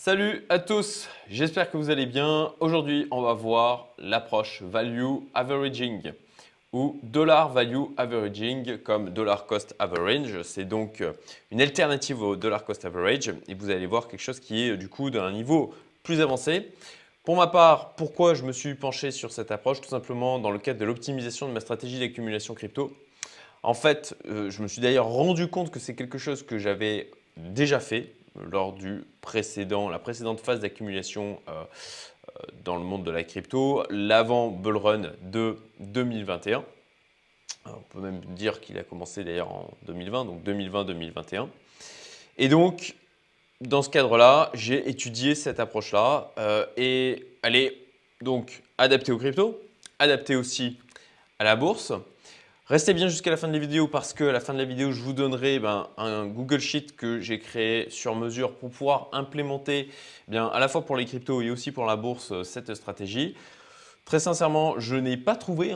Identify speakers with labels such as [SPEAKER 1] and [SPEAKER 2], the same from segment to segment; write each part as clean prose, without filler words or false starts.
[SPEAKER 1] Salut à tous, j'espère que vous allez bien. Aujourd'hui, on va voir l'approche Value Averaging ou Dollar Value Averaging comme Dollar Cost Average. C'est donc une alternative au Dollar Cost Average et vous allez voir quelque chose qui est du coup d'un niveau plus avancé. Pour ma part, pourquoi je me suis penché sur cette approche? Tout simplement dans le cadre de l'optimisation de ma stratégie d'accumulation crypto. En fait, je me suis d'ailleurs rendu compte que c'est quelque chose que j'avais déjà fait lors la précédente phase d'accumulation dans le monde de la crypto, l'avant bull run de 2021. On peut même dire qu'il a commencé d'ailleurs en 2020, donc 2020-2021. Et donc, dans ce cadre-là, j'ai étudié cette approche-là et elle est donc adaptée aux cryptos, adaptée aussi à la bourse. Restez bien jusqu'à la fin de la vidéo parce qu'à la fin de la vidéo, je vous donnerai un Google Sheet que j'ai créé sur mesure pour pouvoir implémenter à la fois pour les cryptos et aussi pour la bourse cette stratégie. Très sincèrement, je n'ai pas trouvé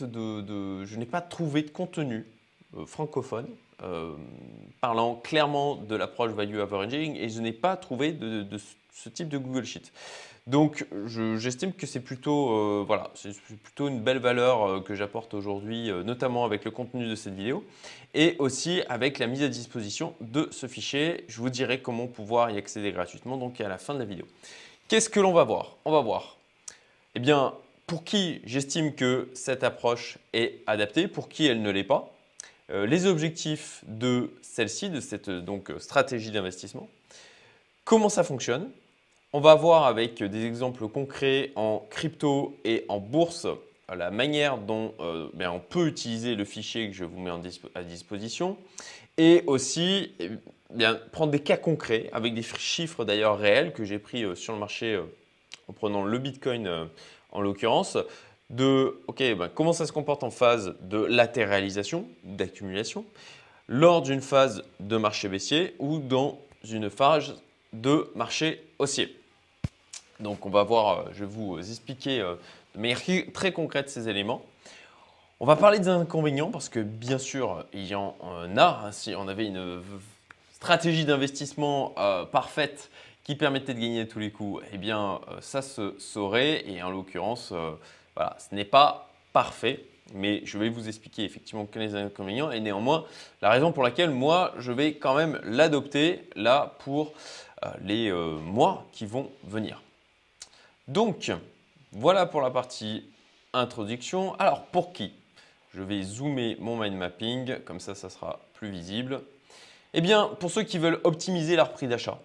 [SPEAKER 1] de contenu francophone parlant clairement de l'approche value averaging et je n'ai pas trouvé de ce type de Google Sheet. Donc, j'estime que c'est plutôt, c'est plutôt une belle valeur que j'apporte aujourd'hui, notamment avec le contenu de cette vidéo et aussi avec la mise à disposition de ce fichier. Je vous dirai comment pouvoir y accéder gratuitement donc à la fin de la vidéo. Qu'est-ce que l'on va voir? On va voir eh bien, pour qui j'estime que cette approche est adaptée, pour qui elle ne l'est pas, les objectifs de celle-ci, de cette stratégie d'investissement, comment ça fonctionne. On va voir avec des exemples concrets en crypto et en bourse la manière dont on peut utiliser le fichier que je vous mets à disposition et aussi prendre des cas concrets avec des chiffres d'ailleurs réels que j'ai pris sur le marché en prenant le Bitcoin en l'occurrence, de comment ça se comporte en phase de latéralisation, d'accumulation, lors d'une phase de marché baissier ou dans une phase de marché haussier. Donc on va voir, je vais vous expliquer de manière très concrète ces éléments. On va parler des inconvénients parce que bien sûr, il y en a. Si on avait une stratégie d'investissement parfaite qui permettait de gagner à tous les coups, eh bien ça se saurait et en l'occurrence, voilà, ce n'est pas parfait. Mais je vais vous expliquer effectivement quels sont les inconvénients et néanmoins la raison pour laquelle moi je vais quand même l'adopter là pour les mois qui vont venir. Donc, voilà pour la partie introduction. Alors, pour qui? Je vais zoomer mon mind mapping, comme ça sera plus visible. Eh bien, pour ceux qui veulent optimiser leur prix d'achat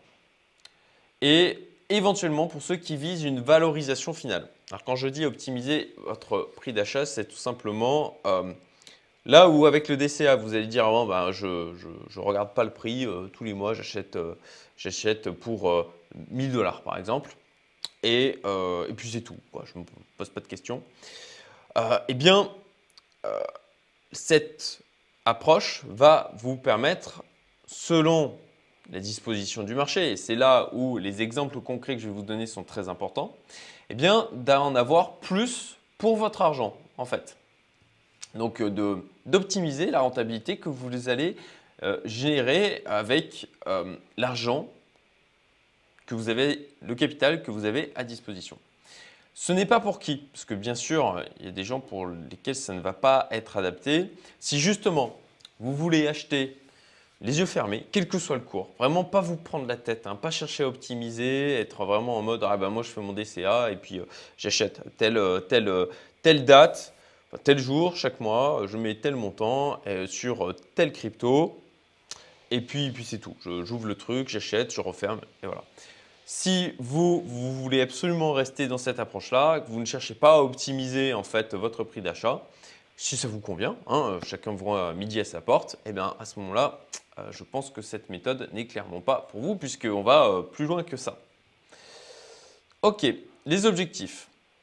[SPEAKER 1] et éventuellement pour ceux qui visent une valorisation finale. Alors, quand je dis optimiser votre prix d'achat, c'est tout simplement là où avec le DCA, vous allez dire je ne regarde pas le prix, tous les mois j'achète pour 1000 $ par exemple. Et puis c'est tout, quoi. Je ne me pose pas de questions. Eh bien, cette approche va vous permettre, selon la disposition du marché, et c'est là où les exemples concrets que je vais vous donner sont très importants, eh bien, d'en avoir plus pour votre argent, en fait. Donc, d'optimiser la rentabilité que vous allez générer avec l'argent que vous avez, le capital que vous avez à disposition. Ce n'est pas pour qui, parce que bien sûr, il y a des gens pour lesquels ça ne va pas être adapté. Si justement, vous voulez acheter les yeux fermés, quel que soit le cours, vraiment pas vous prendre la tête, hein, pas chercher à optimiser, être vraiment en mode moi je fais mon DCA et puis j'achète telle date, tel jour, chaque mois, je mets tel montant sur tel crypto et puis c'est tout. J'ouvre le truc, j'achète, je referme et voilà. Si vous voulez absolument rester dans cette approche-là, que vous ne cherchez pas à optimiser en fait votre prix d'achat, si ça vous convient, hein, chacun voit midi à sa porte, et bien à ce moment-là, je pense que cette méthode n'est clairement pas pour vous puisqu'on va plus loin que ça. Ok, les objectifs.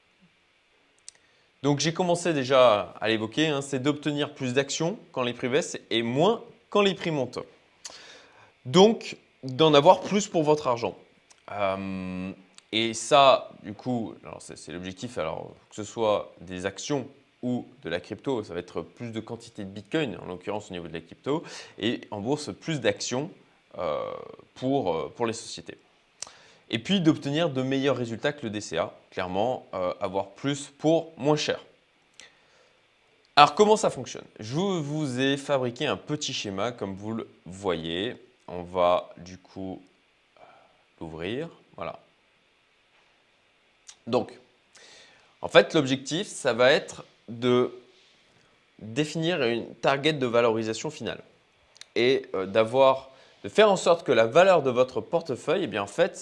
[SPEAKER 1] Donc j'ai commencé déjà à l'évoquer, hein, c'est d'obtenir plus d'actions quand les prix baissent et moins quand les prix montent. Donc d'en avoir plus pour votre argent. Et ça, du coup, c'est l'objectif, alors que ce soit des actions ou de la crypto, ça va être plus de quantité de Bitcoin, en l'occurrence au niveau de la crypto, et en bourse, plus d'actions pour les sociétés. et puis d'obtenir de meilleurs résultats que le DCA. Clairement, avoir plus pour moins cher. Alors, comment ça fonctionne? Je vous ai fabriqué un petit schéma comme vous le voyez. On va du coup l'ouvrir. Voilà. Donc, en fait, l'objectif, ça va être de définir une target de valorisation finale et de faire en sorte que la valeur de votre portefeuille, eh bien, en fait,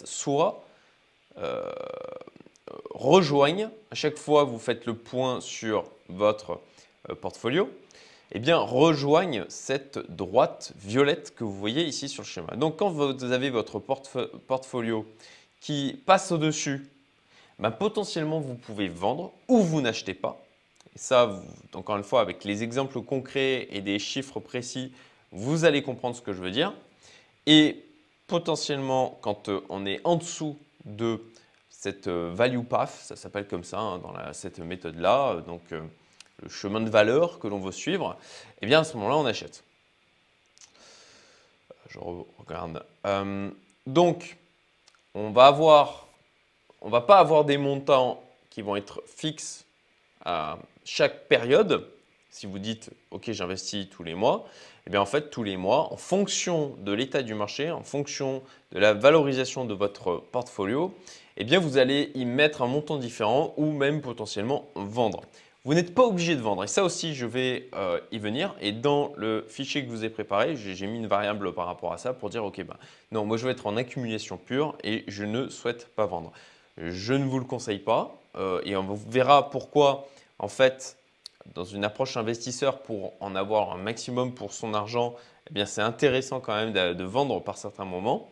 [SPEAKER 1] rejoigne, à chaque fois que vous faites le point sur votre portfolio, eh bien, rejoigne cette droite violette que vous voyez ici sur le schéma. Donc, quand vous avez votre portfolio qui passe au-dessus, ben, potentiellement, vous pouvez vendre ou vous n'achetez pas. Et ça, encore une fois, avec les exemples concrets et des chiffres précis, vous allez comprendre ce que je veux dire. Et potentiellement, quand on est en dessous de cette value path, ça s'appelle comme ça hein, dans cette méthode-là, donc le chemin de valeur que l'on veut suivre, eh bien à ce moment-là, on achète. Je regarde. Donc, on va pas avoir des montants qui vont être fixes à chaque période. Si vous dites, OK, j'investis tous les mois, eh bien en fait, tous les mois, en fonction de l'état du marché, en fonction de la valorisation de votre portfolio, eh bien vous allez y mettre un montant différent ou même potentiellement vendre. Vous n'êtes pas obligé de vendre et ça aussi, je vais y venir. Et dans le fichier que je vous ai préparé, j'ai mis une variable par rapport à ça pour dire, OK, ben, non, moi je vais être en accumulation pure et je ne souhaite pas vendre. Je ne vous le conseille pas et on verra pourquoi en fait, dans une approche investisseur, pour en avoir un maximum pour son argent, eh bien c'est intéressant quand même de vendre par certains moments.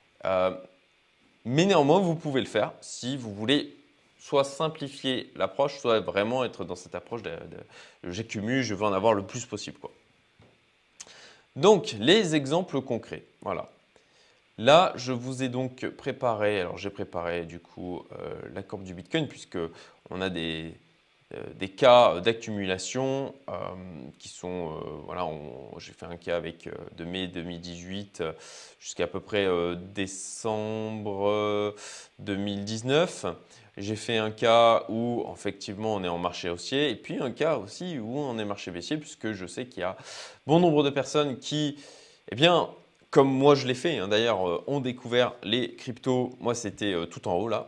[SPEAKER 1] Mais néanmoins, vous pouvez le faire si vous voulez soit simplifier l'approche, soit vraiment être dans cette approche de j'accumule, je veux en avoir le plus possible, quoi. Donc, les exemples concrets. Voilà. Là, je vous ai donc préparé, alors j'ai préparé du coup la courbe du Bitcoin puisque on a des cas d'accumulation qui sont, voilà, j'ai fait un cas avec de mai 2018 jusqu'à peu près décembre 2019. J'ai fait un cas où effectivement on est en marché haussier et puis un cas aussi où on est marché baissier puisque je sais qu'il y a bon nombre de personnes qui, eh bien, comme moi je l'ai fait, hein, d'ailleurs, ont découvert les cryptos. Moi, c'était tout en haut là.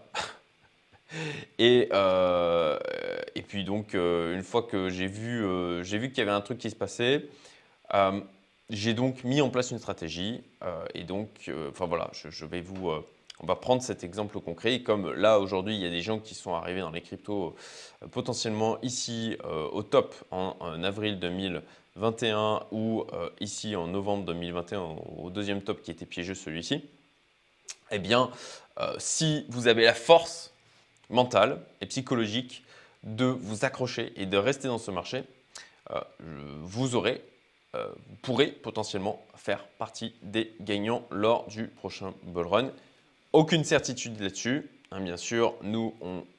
[SPEAKER 1] Et puis donc, une fois que j'ai vu qu'il y avait un truc qui se passait, j'ai donc mis en place une stratégie. Et donc, enfin voilà, on va prendre cet exemple concret. Et comme là, aujourd'hui, il y a des gens qui sont arrivés dans les cryptos potentiellement ici au top en avril 2021 ou ici en novembre 2021 au deuxième top qui était piégeux celui-ci. Eh bien, si vous avez la force mentale et psychologique de vous accrocher et de rester dans ce marché, vous pourrez potentiellement faire partie des gagnants lors du prochain bull run. Aucune certitude là-dessus, hein, bien sûr. Nous,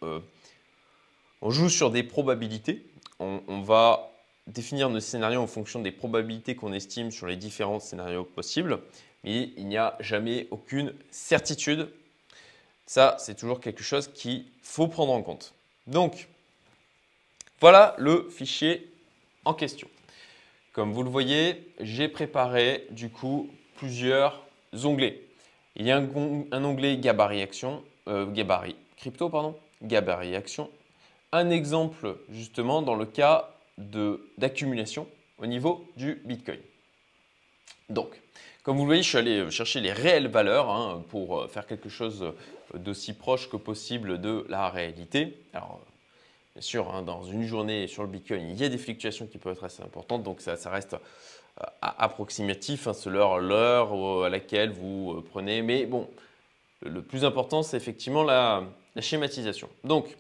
[SPEAKER 1] on joue sur des probabilités. On va définir nos scénarios en fonction des probabilités qu'on estime sur les différents scénarios possibles. Mais il n'y a jamais aucune certitude. Ça, c'est toujours quelque chose qu'il faut prendre en compte. Donc, voilà le fichier en question. Comme vous le voyez, j'ai préparé du coup plusieurs onglets. Il y a un onglet gabarit action, gabarit crypto, pardon, gabarit action. Un exemple justement dans le cas d'accumulation au niveau du Bitcoin. Donc, comme vous le voyez, je suis allé chercher les réelles valeurs hein, pour faire quelque chose d'aussi proche que possible de la réalité. Alors, bien sûr, hein, dans une journée sur le Bitcoin, il y a des fluctuations qui peuvent être assez importantes, donc ça reste approximatif, hein, c'est l'heure à laquelle vous prenez. Mais bon, le plus important, c'est effectivement la schématisation. Donc,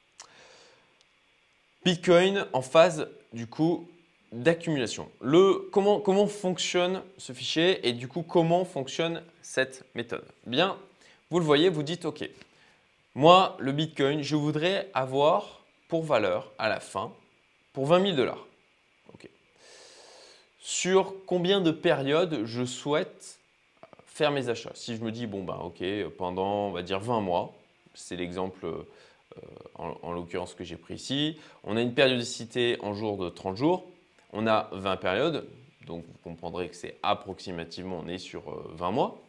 [SPEAKER 1] Bitcoin en phase du coup d'accumulation. Comment fonctionne ce fichier et du coup comment fonctionne cette méthode? Bien, vous le voyez, vous dites OK, moi le Bitcoin, je voudrais avoir pour valeur à la fin pour 20 000 $. OK. Sur combien de périodes je souhaite faire mes achats. Si je me dis, bon, ben, ok, pendant, on va dire 20 mois, c'est l'exemple en l'occurrence que j'ai pris ici, on a une périodicité en jours de 30 jours, on a 20 périodes, donc vous comprendrez que c'est approximativement, on est sur 20 mois.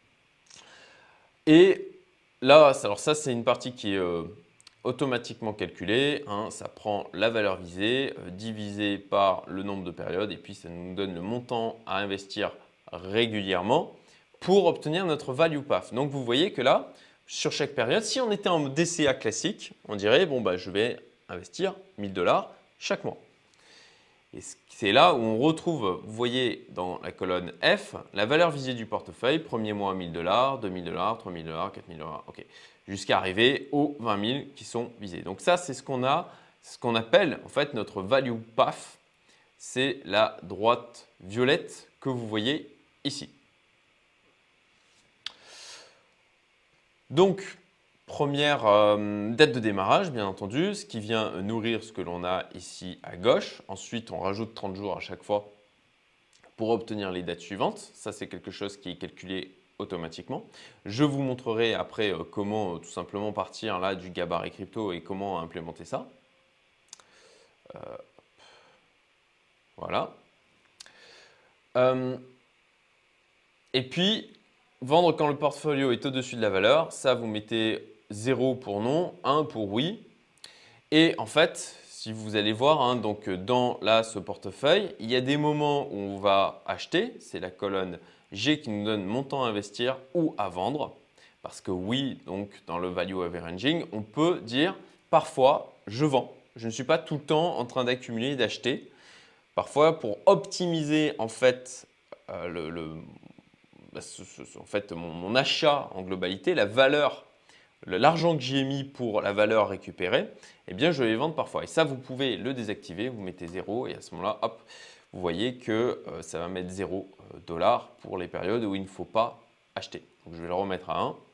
[SPEAKER 1] Et là, alors ça, c'est une partie qui est automatiquement calculée. Hein, ça prend la valeur visée divisée par le nombre de périodes et puis ça nous donne le montant à investir régulièrement pour obtenir notre value path. Donc vous voyez que là, sur chaque période, si on était en DCA classique, on dirait bon, bah, je vais investir 1000 $ chaque mois. Et c'est là où on retrouve, vous voyez dans la colonne F, la valeur visée du portefeuille, premier mois 1000 $, 2000 $, 3000 $, 4000 $, ok, jusqu'à arriver aux 20 000 qui sont visés. Donc ça, c'est ce qu'on appelle en fait notre value path, c'est la droite violette que vous voyez ici. Donc, première date de démarrage, bien entendu, ce qui vient nourrir ce que l'on a ici à gauche. Ensuite, on rajoute 30 jours à chaque fois pour obtenir les dates suivantes. Ça, c'est quelque chose qui est calculé automatiquement. Je vous montrerai après comment tout simplement partir là du gabarit crypto et comment implémenter ça. Voilà. Et puis, vendre quand le portfolio est au-dessus de la valeur, ça vous mettez 0 pour non, 1 pour oui. Et en fait, si vous allez voir, hein, donc dans là, ce portefeuille, il y a des moments où on va acheter, c'est la colonne G qui nous donne montant à investir ou à vendre. Parce que oui, donc dans le value averaging, on peut dire parfois je vends. Je ne suis pas tout le temps en train d'accumuler et d'acheter. Parfois, pour optimiser en fait, mon achat en globalité, la valeur, l'argent que j'y ai mis pour la valeur récupérée, eh bien, je vais vendre parfois. Et ça, vous pouvez le désactiver, vous mettez 0 et à ce moment-là, hop, vous voyez que ça va mettre 0 $ pour les périodes où il ne faut pas acheter. Donc, je vais le remettre à 1.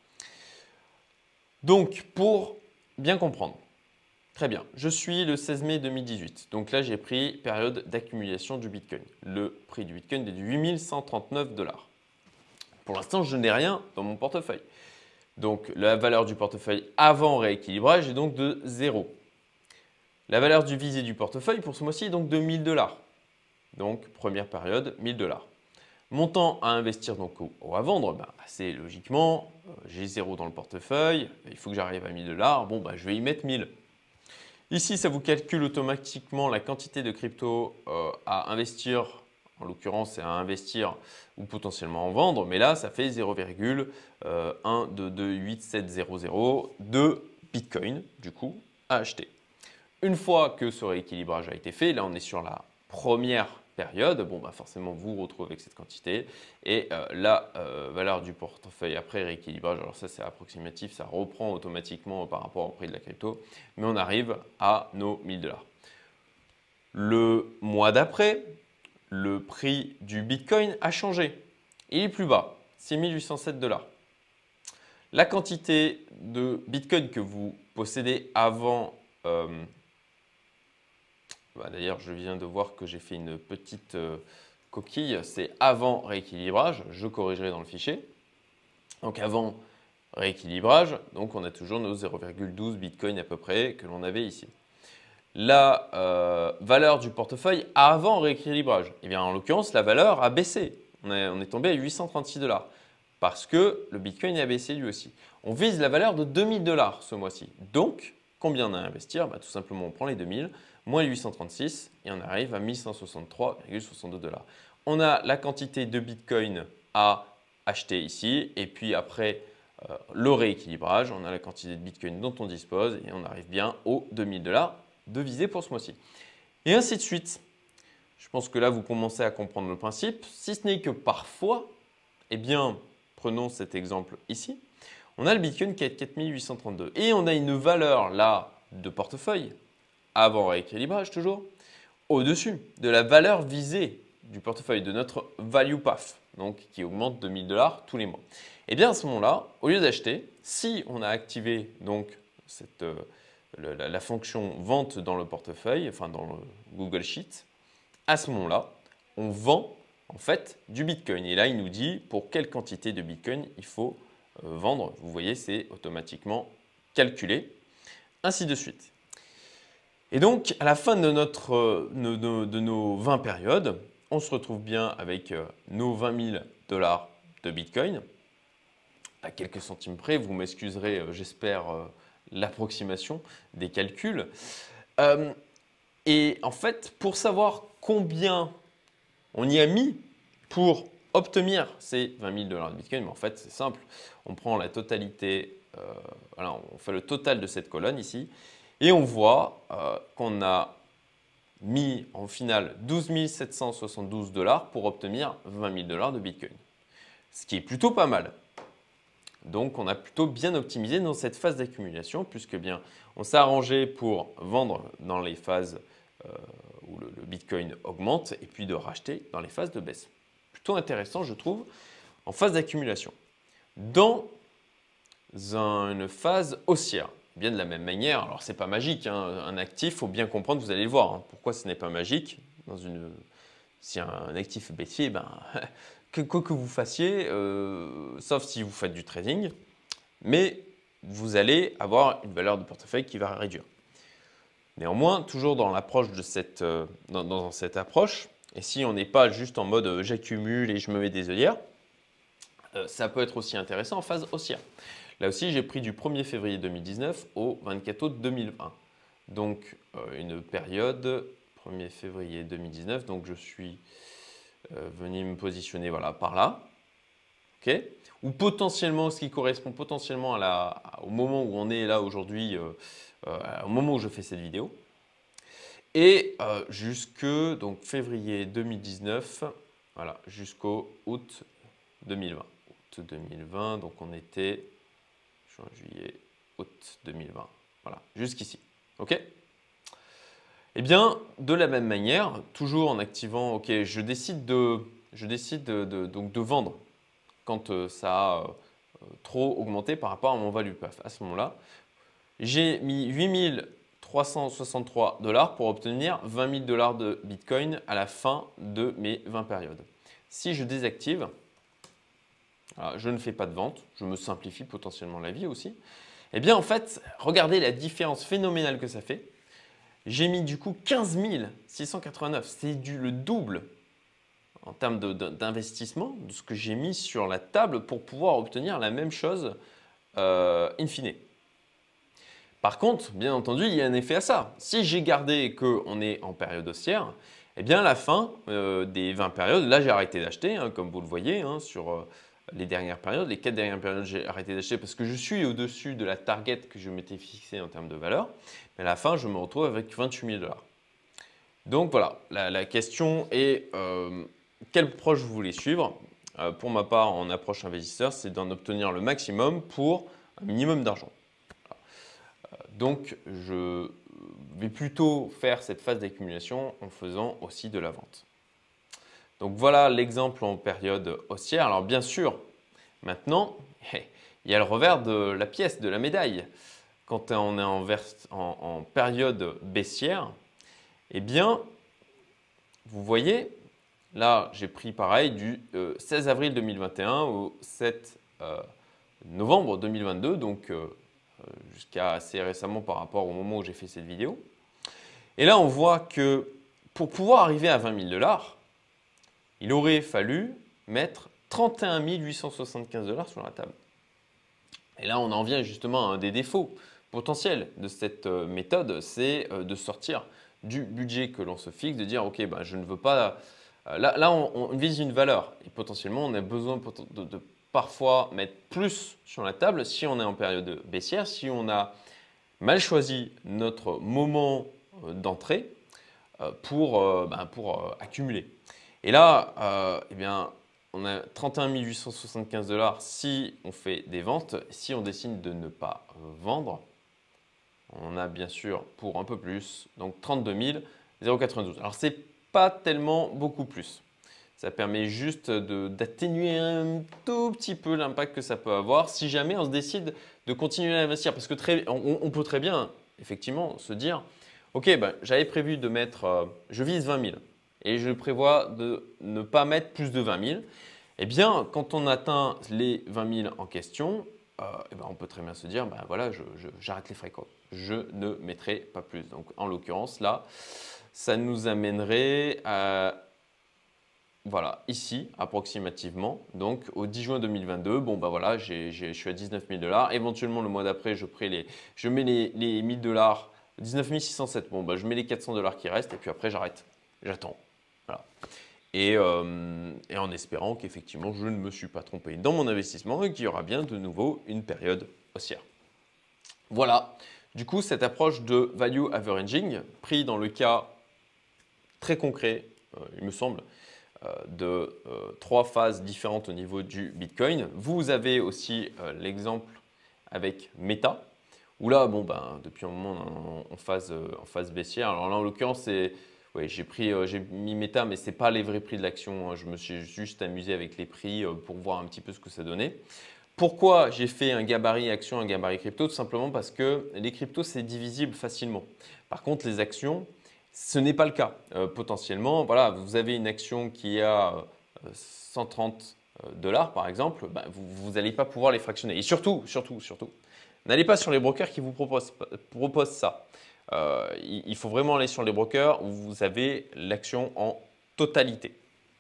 [SPEAKER 1] Donc, pour bien comprendre, très bien, je suis le 16 mai 2018. Donc là, j'ai pris période d'accumulation du Bitcoin. Le prix du Bitcoin est de 8139 $. Pour l'instant, je n'ai rien dans mon portefeuille. Donc, la valeur du portefeuille avant rééquilibrage est donc de 0. La valeur du visé du portefeuille pour ce mois-ci est donc de 1000 $. Donc, première période, 1000 $. Montant à investir donc ou à vendre, ben, assez logiquement, j'ai 0 dans le portefeuille, il faut que j'arrive à 1000 $. Bon, ben, je vais y mettre 1000. Ici, ça vous calcule automatiquement la quantité de crypto à investir. En l'occurrence, c'est à investir ou potentiellement en vendre. Mais là, ça fait 0,122700 de Bitcoin, du coup, à acheter. Une fois que ce rééquilibrage a été fait, là, on est sur la première période. Bon, bah forcément, vous vous retrouvez avec cette quantité. Et la valeur du portefeuille après rééquilibrage, alors ça, c'est approximatif, ça reprend automatiquement par rapport au prix de la crypto. Mais on arrive à nos 1000 $. Le mois d'après, le prix du Bitcoin a changé. Il est plus bas, 6807 $. La quantité de Bitcoin que vous possédez avant, d'ailleurs je viens de voir que j'ai fait une petite coquille, c'est avant rééquilibrage, je corrigerai dans le fichier. Donc avant rééquilibrage, donc on a toujours nos 0,12 Bitcoin à peu près que l'on avait ici. La valeur du portefeuille avant rééquilibrage, eh bien, en l'occurrence, la valeur a baissé. On est tombé à 836 $ parce que le Bitcoin a baissé lui aussi. On vise la valeur de 2000 $ ce mois-ci. Donc, combien on a à investir? Tout simplement, on prend les 2000 moins les 836 et on arrive à 1163,62 $. On a la quantité de Bitcoin à acheter ici et puis après le rééquilibrage, on a la quantité de Bitcoin dont on dispose et on arrive bien aux 2000 $ de visée pour ce mois-ci. Et ainsi de suite. Je pense que là, vous commencez à comprendre le principe. Si ce n'est que parfois, eh bien, prenons cet exemple ici. On a le Bitcoin qui est à 4832 et on a une valeur là de portefeuille, avant rééquilibrage toujours, au-dessus de la valeur visée du portefeuille, de notre value path, donc qui augmente de 1000 $ tous les mois. Et bien à ce moment-là, au lieu d'acheter, si on a activé donc la fonction vente dans le portefeuille, enfin dans le Google Sheet, à ce moment-là, on vend en fait du Bitcoin. Et là, il nous dit pour quelle quantité de Bitcoin il faut vendre. Vous voyez, c'est automatiquement calculé, ainsi de suite. Et donc, à la fin de, de nos 20 périodes, on se retrouve bien avec nos 20 000 $ de Bitcoin. À quelques centimes près, vous m'excuserez, j'espère, l'approximation des calculs. Et en fait, pour savoir combien on y a mis pour obtenir ces 20 000 $ de Bitcoin, mais en fait, c'est simple. On prend la totalité, voilà, on fait le total de cette colonne ici, et on voit qu'on a mis en final 12 772 $ pour obtenir 20 000 $ de Bitcoin. Ce qui est plutôt pas mal. Donc, on a plutôt bien optimisé dans cette phase d'accumulation, puisque bien, on s'est arrangé pour vendre dans les phases où le Bitcoin augmente et puis de racheter dans les phases de baisse. Plutôt intéressant, je trouve, en phase d'accumulation. Dans une phase haussière, bien de la même manière, alors c'est pas magique, hein, un actif, il faut bien comprendre, vous allez le voir, hein, pourquoi ce n'est pas magique. Si un actif est baissier, ben, quoi que vous fassiez, sauf si vous faites du trading, mais vous allez avoir une valeur de portefeuille qui va réduire. Néanmoins, toujours dans l'approche de dans cette approche, et si on n'est pas juste en mode j'accumule et je me mets des œillères, ça peut être aussi intéressant en phase haussière. Là aussi, j'ai pris du 1er février 2019 au 24 août 2020. Donc, une période 1er février 2019, donc je suis venu me positionner voilà, par là. Okay. Ou potentiellement, ce qui correspond potentiellement au moment où on est là aujourd'hui, au moment où je fais cette vidéo. Et jusque donc, février 2019, voilà, jusqu'au août 2020. Août 2020, donc on était juin, juillet, août 2020. Voilà, jusqu'ici. OK? Eh bien, de la même manière, toujours en activant, OK, je décide donc de vendre quand ça a trop augmenté par rapport à mon value path. À ce moment-là, j'ai mis 8 363 $ pour obtenir 20 000 $ de Bitcoin à la fin de mes 20 périodes. Si je désactive, voilà, je ne fais pas de vente, je me simplifie potentiellement la vie aussi. Eh bien, en fait, regardez la différence phénoménale que ça fait. J'ai mis du coup 15 689, c'est le double en termes d'investissement de ce que j'ai mis sur la table pour pouvoir obtenir la même chose in fine. Par contre, bien entendu, il y a un effet à ça. Si j'ai gardé qu'on est en période haussière, eh bien à la fin des 20 périodes, là j'ai arrêté d'acheter, hein, comme vous le voyez, hein, sur les dernières périodes. Les 4 dernières périodes, j'ai arrêté d'acheter parce que je suis au-dessus de la target que je m'étais fixée en termes de valeur. Mais à la fin, je me retrouve avec 28 000 $. Donc voilà, la question est quelle approche vous voulez suivre. Pour ma part, en approche investisseur, c'est d'en obtenir le maximum pour un minimum d'argent. Donc, je vais plutôt faire cette phase d'accumulation en faisant aussi de la vente. Donc, voilà l'exemple en période haussière. Alors, bien sûr, maintenant, il y a le revers de la pièce, de la médaille. Quand on est en période baissière, eh bien, vous voyez, là, j'ai pris pareil du 16 avril 2021 au 7 novembre 2022, donc jusqu'à assez récemment par rapport au moment où j'ai fait cette vidéo. Et là, on voit que pour pouvoir arriver à 20 000 $, il aurait fallu mettre 31 875 $ sur la table. Et là, on en vient justement à un des défauts potentiels de cette méthode, c'est de sortir du budget que l'on se fixe, de dire ok, ben, je ne veux pas… Là, on vise une valeur et potentiellement, on a besoin de parfois mettre plus sur la table si on est en période baissière, si on a mal choisi notre moment d'entrée pour accumuler. Et là, eh bien, on a 31 875 $ si on fait des ventes. Si on décide de ne pas vendre, on a bien sûr pour un peu plus, donc 32 092. Alors, ce n'est pas tellement beaucoup plus. Ça permet juste d'atténuer un tout petit peu l'impact que ça peut avoir si jamais on se décide de continuer à investir. Parce que on peut très bien, effectivement, se dire « Ok, ben, j'avais prévu de mettre, je vise 20 000. et je prévois de ne pas mettre plus de 20 000. Eh bien, quand on atteint les 20 000 en question, eh ben, on peut très bien se dire, ben voilà, j'arrête les frais, quoi. Je ne mettrai pas plus. Donc, en l'occurrence, là, ça nous amènerait à, voilà, ici, approximativement, donc au 10 juin 2022. Bon, ben voilà, je suis à 19 000 $. Éventuellement, le mois d'après, je mets les 1 000 $, 19 607. Bon, ben, je mets les 400 $ qui restent et puis après, j'arrête. J'attends. Voilà. Et en espérant qu'effectivement, je ne me suis pas trompé dans mon investissement et qu'il y aura bien de nouveau une période haussière. Voilà. Du coup, cette approche de value averaging, pris dans le cas très concret, il me semble, de 3 phases différentes au niveau du Bitcoin. Vous avez aussi l'exemple avec Meta, où là, bon, ben, depuis un moment, on est en phase baissière. Alors là, en l'occurrence, oui, j'ai mis Meta, mais ce n'est pas les vrais prix de l'action. Je me suis juste amusé avec les prix pour voir un petit peu ce que ça donnait. Pourquoi j'ai fait un gabarit action, un gabarit crypto? Tout simplement parce que les cryptos, c'est divisible facilement. Par contre, les actions, ce n'est pas le cas. Potentiellement, voilà, vous avez une action qui a 130 $ par exemple, ben, vous n'allez pas pouvoir les fractionner. Et surtout, n'allez pas sur les brokers qui vous proposent ça. Il faut vraiment aller sur les brokers où vous avez l'action en totalité.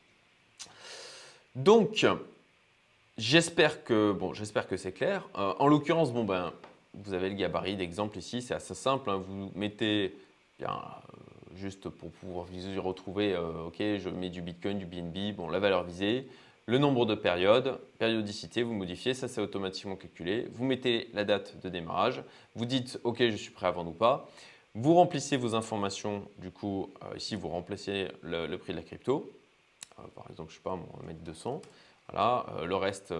[SPEAKER 1] Donc, j'espère que c'est clair. En l'occurrence, bon, ben, vous avez le gabarit d'exemple ici, c'est assez simple. Hein. Vous mettez, bien, juste pour pouvoir vous y retrouver, ok, je mets du Bitcoin, du BNB, bon, la valeur visée, le nombre de périodes, périodicité, vous modifiez, ça c'est automatiquement calculé. Vous mettez la date de démarrage, vous dites ok, je suis prêt à vendre ou pas. Vous remplissez vos informations, du coup, ici vous remplissez le prix de la crypto. Par exemple, je ne sais pas, on va mettre 200. Voilà, le reste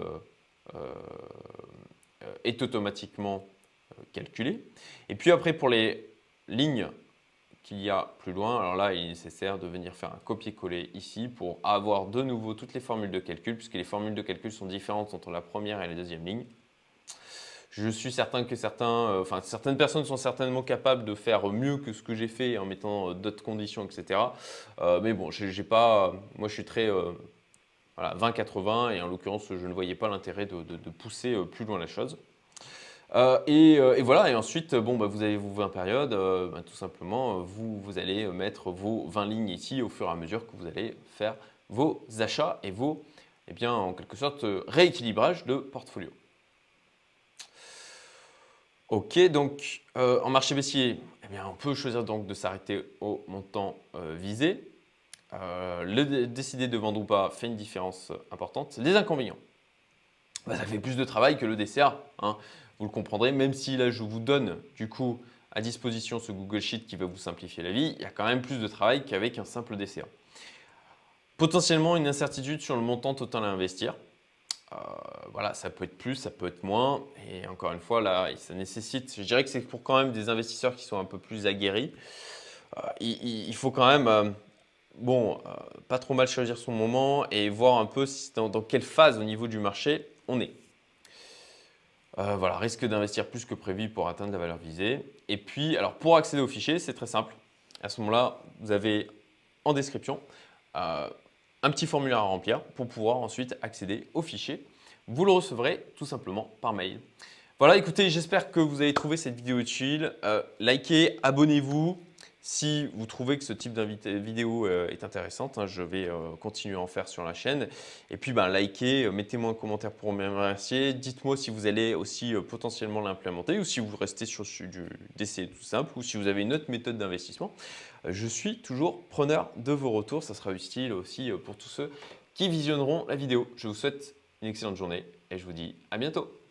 [SPEAKER 1] est automatiquement calculé. Et puis après, pour les lignes qu'il y a plus loin, alors là, il est nécessaire de venir faire un copier-coller ici pour avoir de nouveau toutes les formules de calcul, puisque les formules de calcul sont différentes entre la première et la deuxième ligne. Je suis certain que certaines personnes sont certainement capables de faire mieux que ce que j'ai fait en mettant d'autres conditions, etc. Mais bon, moi je suis très voilà, 20-80 et en l'occurrence, je ne voyais pas l'intérêt de pousser plus loin la chose. Et voilà, et ensuite, bon, bah, vous avez vos 20 périodes, bah, tout simplement, vous allez mettre vos 20 lignes ici au fur et à mesure que vous allez faire vos achats et vos, eh bien, en quelque sorte, rééquilibrage de portfolio. Ok, donc en marché baissier, eh bien, on peut choisir donc de s'arrêter au montant visé. Décider de vendre ou pas fait une différence importante. Les inconvénients, bah, ça fait plus de travail que le DCA, hein. Vous le comprendrez, même si là je vous donne du coup à disposition ce Google Sheet qui va vous simplifier la vie, il y a quand même plus de travail qu'avec un simple DCA. Potentiellement une incertitude sur le montant total à investir. Voilà, ça peut être plus, ça peut être moins. Et encore une fois, là, ça nécessite, je dirais que c'est pour quand même des investisseurs qui sont un peu plus aguerris. Il faut quand même, pas trop mal choisir son moment et voir un peu dans quelle phase au niveau du marché on est. Voilà, risque d'investir plus que prévu pour atteindre la valeur visée. Et puis, alors pour accéder au fichier, c'est très simple. À ce moment-là, vous avez en description un petit formulaire à remplir pour pouvoir ensuite accéder au fichier. Vous le recevrez tout simplement par mail. Voilà, écoutez, j'espère que vous avez trouvé cette vidéo utile. Likez, abonnez-vous. Si vous trouvez que ce type de vidéo est intéressante, hein, je vais continuer à en faire sur la chaîne. Et puis, likez, mettez-moi un commentaire pour me remercier. Dites-moi si vous allez aussi potentiellement l'implémenter ou si vous restez sur du DCA tout simple ou si vous avez une autre méthode d'investissement. Je suis toujours preneur de vos retours. Ça sera utile aussi pour tous ceux qui visionneront la vidéo. Je vous souhaite une excellente journée et je vous dis à bientôt.